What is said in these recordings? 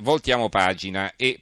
voltiamo pagina e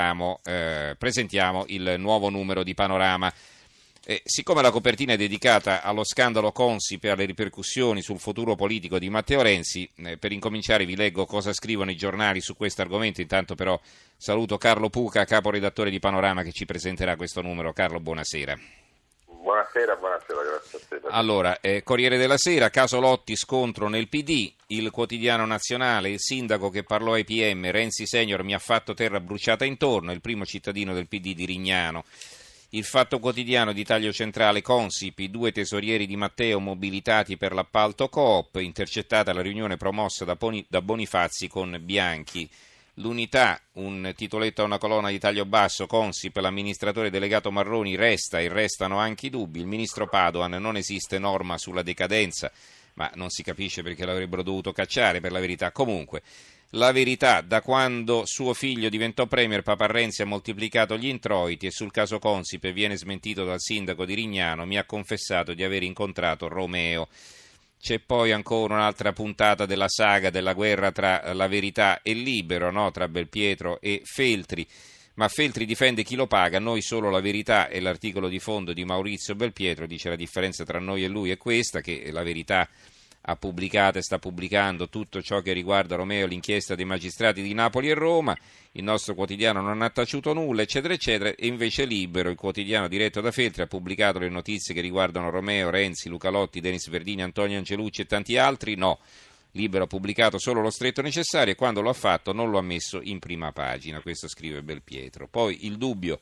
presentiamo il nuovo numero di Panorama. Siccome la copertina è dedicata allo scandalo Consip e alle ripercussioni sul futuro politico di Matteo Renzi, per incominciare vi leggo cosa scrivono i giornali su questo argomento. Intanto però saluto Carlo Puca, caporedattore di Panorama, che ci presenterà questo numero. Carlo, buonasera. Buonasera, grazie a te. Allora, Corriere della Sera, caso Lotti, scontro nel PD, il Quotidiano Nazionale, il sindaco che parlò ai PM, Renzi senior mi ha fatto terra bruciata intorno, il primo cittadino del PD di Rignano. Il Fatto Quotidiano di taglio centrale, Consip, i 2 tesorieri di Matteo mobilitati per l'appalto Coop, intercettata la riunione promossa da Bonifazzi con Bianchi. L'Unità, un titoletto a una colonna di taglio basso, Consip, l'amministratore delegato Marroni resta e restano anche i dubbi, il ministro Padoan, non esiste norma sulla decadenza, ma non si capisce perché l'avrebbero dovuto cacciare per la verità. Comunque, la Verità, da quando suo figlio diventò premier Papa Renzi ha moltiplicato gli introiti e sul caso Consip viene smentito dal sindaco di Rignano, mi ha confessato di aver incontrato Romeo. C'è poi ancora un'altra puntata della saga della guerra tra La Verità e Libero, no? Tra Belpietro e Feltri, ma Feltri difende chi lo paga, noi solo La Verità, e l'articolo di fondo di Maurizio Belpietro dice la differenza tra noi e lui è questa, che La Verità ha pubblicato e sta pubblicando tutto ciò che riguarda Romeo, l'inchiesta dei magistrati di Napoli e Roma, il nostro quotidiano non ha taciuto nulla, eccetera, eccetera, e invece Libero, il quotidiano diretto da Feltri, ha pubblicato le notizie che riguardano Romeo, Renzi, Luca Lotti, Denis Verdini, Antonio Angelucci e tanti altri. No, Libero ha pubblicato solo lo stretto necessario e quando lo ha fatto non lo ha messo in prima pagina, questo scrive Belpietro. Poi il dubbio.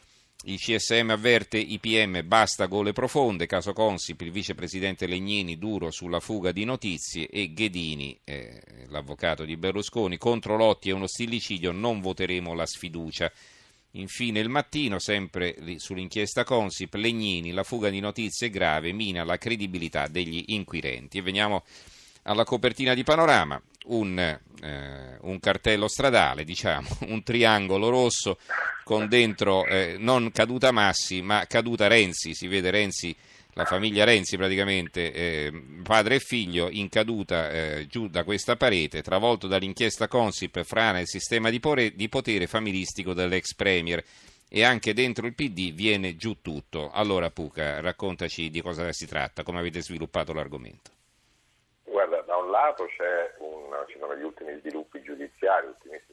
Il CSM avverte i PM, basta gole profonde, caso Consip, il vicepresidente Legnini duro sulla fuga di notizie e Ghedini, l'avvocato di Berlusconi, contro Lotti è uno stillicidio, non voteremo la sfiducia. Infine il Mattino, sempre sull'inchiesta Consip, Legnini, la fuga di notizie è grave, mina la credibilità degli inquirenti. E veniamo alla copertina di Panorama. Un cartello stradale, diciamo, un triangolo rosso con dentro non caduta Massi ma caduta Renzi, si vede Renzi, la famiglia Renzi praticamente, padre e figlio in caduta giù da questa parete, travolto dall'inchiesta Consip, frana il sistema di potere familistico dell'ex premier e anche dentro il PD viene giù tutto. Allora Puca, raccontaci di cosa si tratta, come avete sviluppato l'argomento. Guarda, da un lato ci sono gli ultimissimi sviluppi giudiziari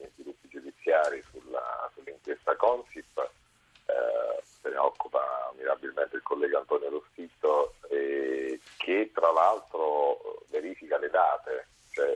sull'inchiesta Consip, se ne occupa mirabilmente il collega Antonio Rossitto, che tra l'altro verifica le date, cioè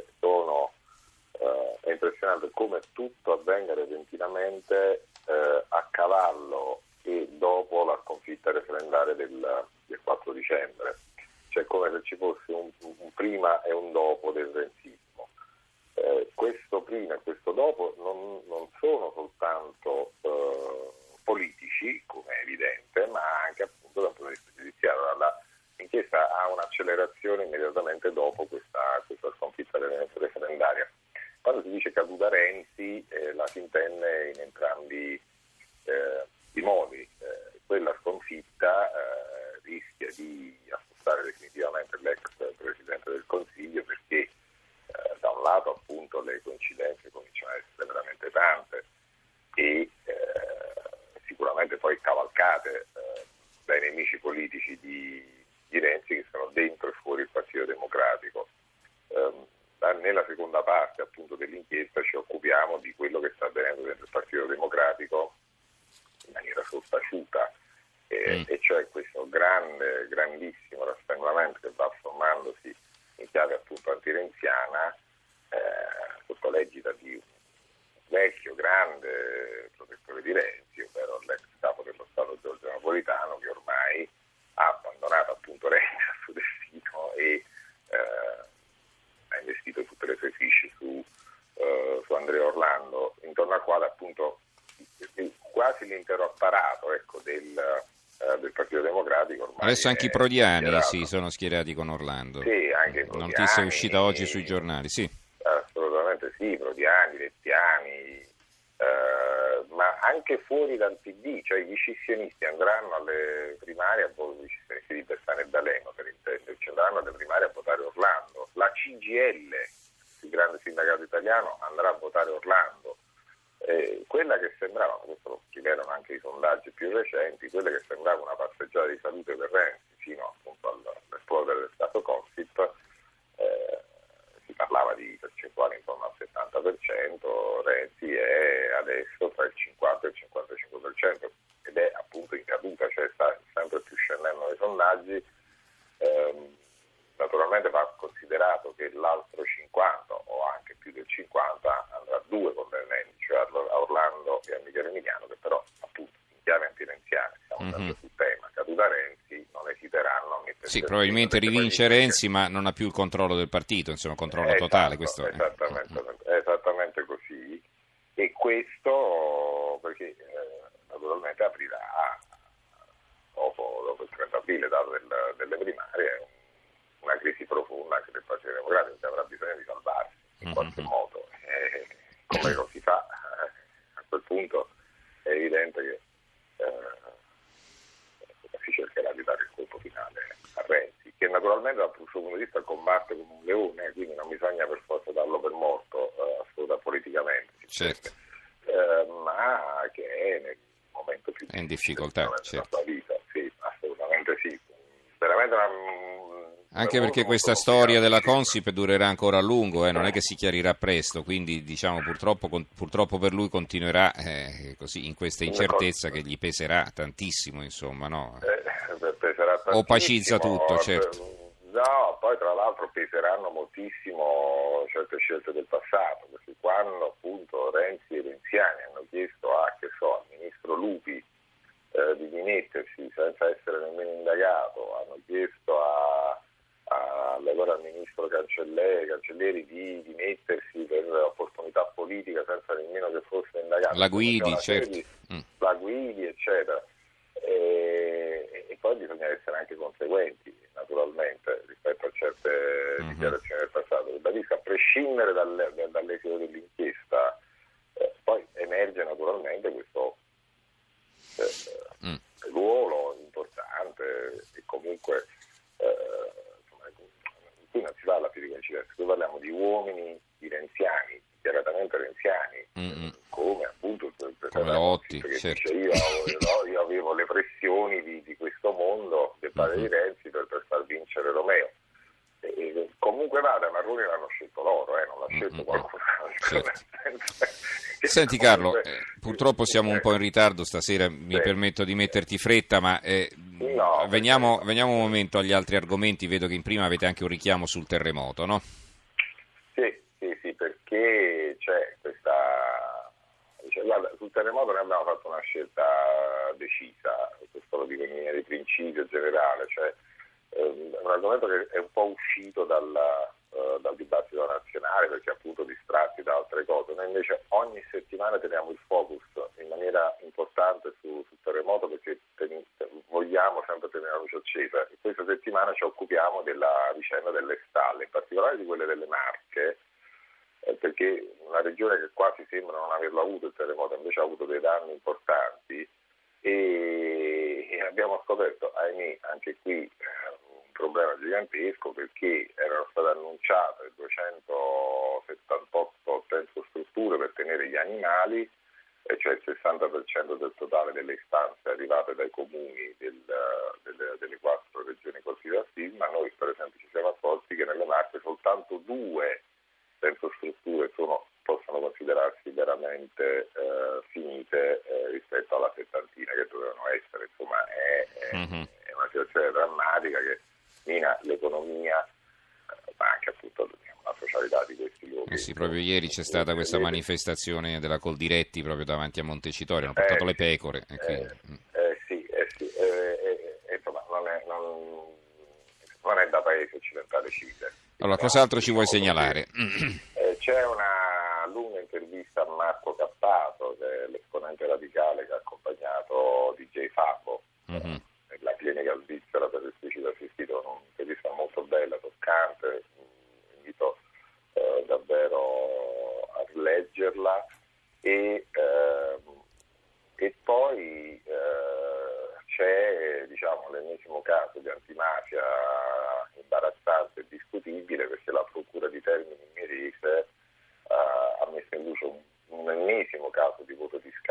è impressionante come tutto avvenga repentinamente a cavallo e dopo la sconfitta referendaria del 4 dicembre. Cioè come se ci fosse un prima e un dopo del renzismo. Questo prima e questo dopo non sono soltanto politici, come è evidente, ma anche appunto dal punto di vista giudiziario. L'inchiesta ha un'accelerazione immediatamente dopo questa sconfitta referendaria. Quando si dice caduta Renzi, la si intende in entrambi i modi. Quella sconfitta rischia di affossare definitivamente l'ex Presidente del Consiglio perché da un lato appunto le coincidenze cominciano a essere veramente tante e sicuramente poi cavalcate dai nemici politici di Renzi che sono dentro e fuori il Partito Democratico. Nella seconda parte appunto dell'inchiesta ci occupiamo di quello che sta avvenendo dentro il Partito Democratico in maniera sottaciuta. E cioè questo grandissimo rastrellamento che va formandosi in chiave appunto antirenziana sotto l'egida di un vecchio grande protettore di Renzi, ovvero l'ex capo dello Stato Giorgio Napolitano, che ormai ha abbandonato appunto Renzi al suo destino e ha investito tutte le sue fiche su Andrea Orlando, intorno al quale appunto quasi l'intero apparato del Partito Democratico ormai. Adesso anche i prodiani si sono schierati con Orlando. Sì, anche i prodiani. Notizia è uscita oggi sui giornali, sì. Assolutamente sì, prodiani, lettiani, ma anche fuori dal PD, cioè i vicissinisti andranno alle primarie, i vicissinisti di Bersani e D'Alema per intenderci, andranno alle primarie a votare Orlando. La CGIL, il grande sindacato italiano, andrà a votare Orlando. quella che sembrava, questo lo scrivevano anche i sondaggi più recenti, quella che sembrava una passeggiata di salute per Renzi fino appunto all'esplodere del caso Consip, si parlava di percentuali intorno al 70%, Renzi è adesso tra il 50 e il 55% ed è appunto in caduta, cioè sta sempre più scendendo nei sondaggi. Naturalmente va considerato che l'altro 50 o anche più del 50 andrà a due contendenti, cioè a Orlando e a Michele Emiliano, che però appunto in chiave antirenziana, siamo sempre sul tema, caduta Renzi, non esiteranno a mettere. Sì, probabilmente rivince Renzi, ma non ha più il controllo del partito, insomma, controllo totale. Questo Esattamente così. E questo perché naturalmente aprirà dopo il 30 aprile, dato delle primarie, una crisi profonda anche del Partito Democratico, che avrà bisogno di salvarsi in qualche modo. Come lo si fa? A quel punto è evidente che si cercherà di dare il colpo finale a Renzi, che naturalmente dal suo punto di vista combatte come un leone, quindi non bisogna per forza darlo per morto, assolutamente politicamente, certo. Ma che è nel momento più è in difficoltà, della certo. sua vita, sì, assolutamente sì. Veramente Anche perché questa storia della Consip durerà ancora a lungo, non è che si chiarirà presto, quindi diciamo purtroppo per lui continuerà così in questa incertezza che gli peserà tantissimo, insomma, no? Peserà tantissimo, opacizza tutto, certo. No, poi tra l'altro peseranno moltissimo certe scelte del passato, perché quando appunto Renzi e i renziani hanno chiesto al ministro Lupi di dimettersi senza essere nemmeno indagato, hanno chiesto all'allora al ministro Cancelleri di dimettersi per opportunità politica senza nemmeno che fosse indagato. La Guidi, certo. La Guidi, eccetera. E poi bisogna essere anche conseguenti, naturalmente, rispetto a certe dichiarazioni del passato. Ribadisco, a prescindere dall'esito dell'inchiesta, poi emerge naturalmente questo ruolo importante e comunque qui non si parla più di coincidenza, qui parliamo di uomini di renziani, dichiaratamente renziani, come appunto come Lotti, che certo. dice io avevo le pressioni di questo mondo del padre di Renzi per far vincere Romeo. E comunque vada, Marroni l'hanno scelto loro, non l'ha scelto qualcuno altro. Certo. Senti Carlo, purtroppo siamo un po' in ritardo stasera, mi permetto di metterti fretta, ma veniamo un momento agli altri argomenti. Vedo che in prima avete anche un richiamo sul terremoto, no? Sì, perché c'è questa... Guarda, sul terremoto noi abbiamo fatto una scelta decisa, questo lo dico in linea di principio generale, cioè è un argomento che è un po' uscito dal dibattito nazionale perché appunto distratti da altre cose. Noi invece ogni settimana teniamo il focus in maniera importante sul terremoto perché vogliamo sempre tenere la luce accesa e questa settimana ci occupiamo della vicenda delle stalle, in particolare di quelle delle Marche, perché una regione che quasi sembra non averlo avuto il terremoto invece ha avuto dei danni importanti e abbiamo scoperto, ahimè, anche qui un problema gigantesco perché erano state annunciate 278 tensostrutture per tenere gli animali, cioè il 60% del totale delle istanze arrivate dai comuni delle 4 regioni colpite dal sisma. Noi per esempio ci siamo accorti che nelle Marche soltanto 2 tensostrutture possono considerarsi veramente finite rispetto alla settantina che dovevano essere. Insomma è una situazione drammatica che mina l'economia ma anche appunto la socialità di questi luoghi. Sì, proprio ieri c'è stata questa manifestazione della Coldiretti proprio davanti a Montecitorio, hanno portato le pecore. Insomma non è da paese occidentale civile. Allora, cos'altro ci vuoi segnalare? C'è una lunga intervista a Marco Cappato, che è l'esponente radicale che ha accompagnato DJ Fabbo nella clinica svizzera per il suicidio assistito, un'intervista molto bella, toccante, invito davvero a leggerla e poi c'è l'ennesimo caso di antimafia imbarazzante e discutibile perché la procura di Termini Imerese ha messo in luce un ennesimo caso di voto di scambio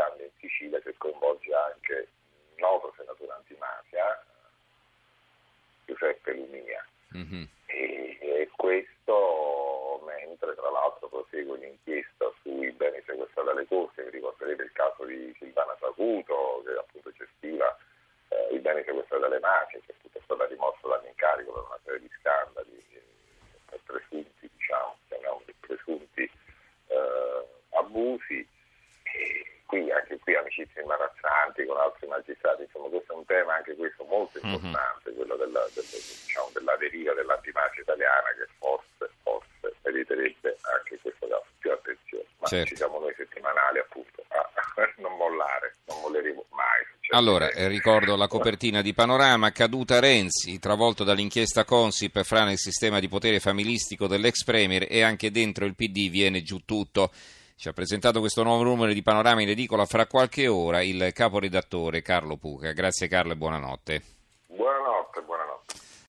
giorni scorsi, vi ricorderete il caso di Silvana Sacuto, che appunto gestiva i beni sequestrati dalle mafie, che appunto è stata rimossa dall'incarico per una serie di scandali presunti, chiamiamoli presunti abusi. E anche qui amicizie imbarazzanti con altri magistrati, insomma questo è un tema anche questo molto importante, quello della deriva dell'antimafia italiana, che forse meriterebbe anche in questo caso più attenzione, ma certo. Ci siamo noi settimanali appunto a non mollare, non molleremo mai. Allora, ricordo la copertina di Panorama: caduta Renzi, travolto dall'inchiesta Consip, frana il sistema di potere familistico dell'ex premier e anche dentro il PD viene giù tutto. Ci ha presentato questo nuovo numero di Panorama in edicola fra qualche ora il caporedattore Carlo Puca. Grazie Carlo e buonanotte.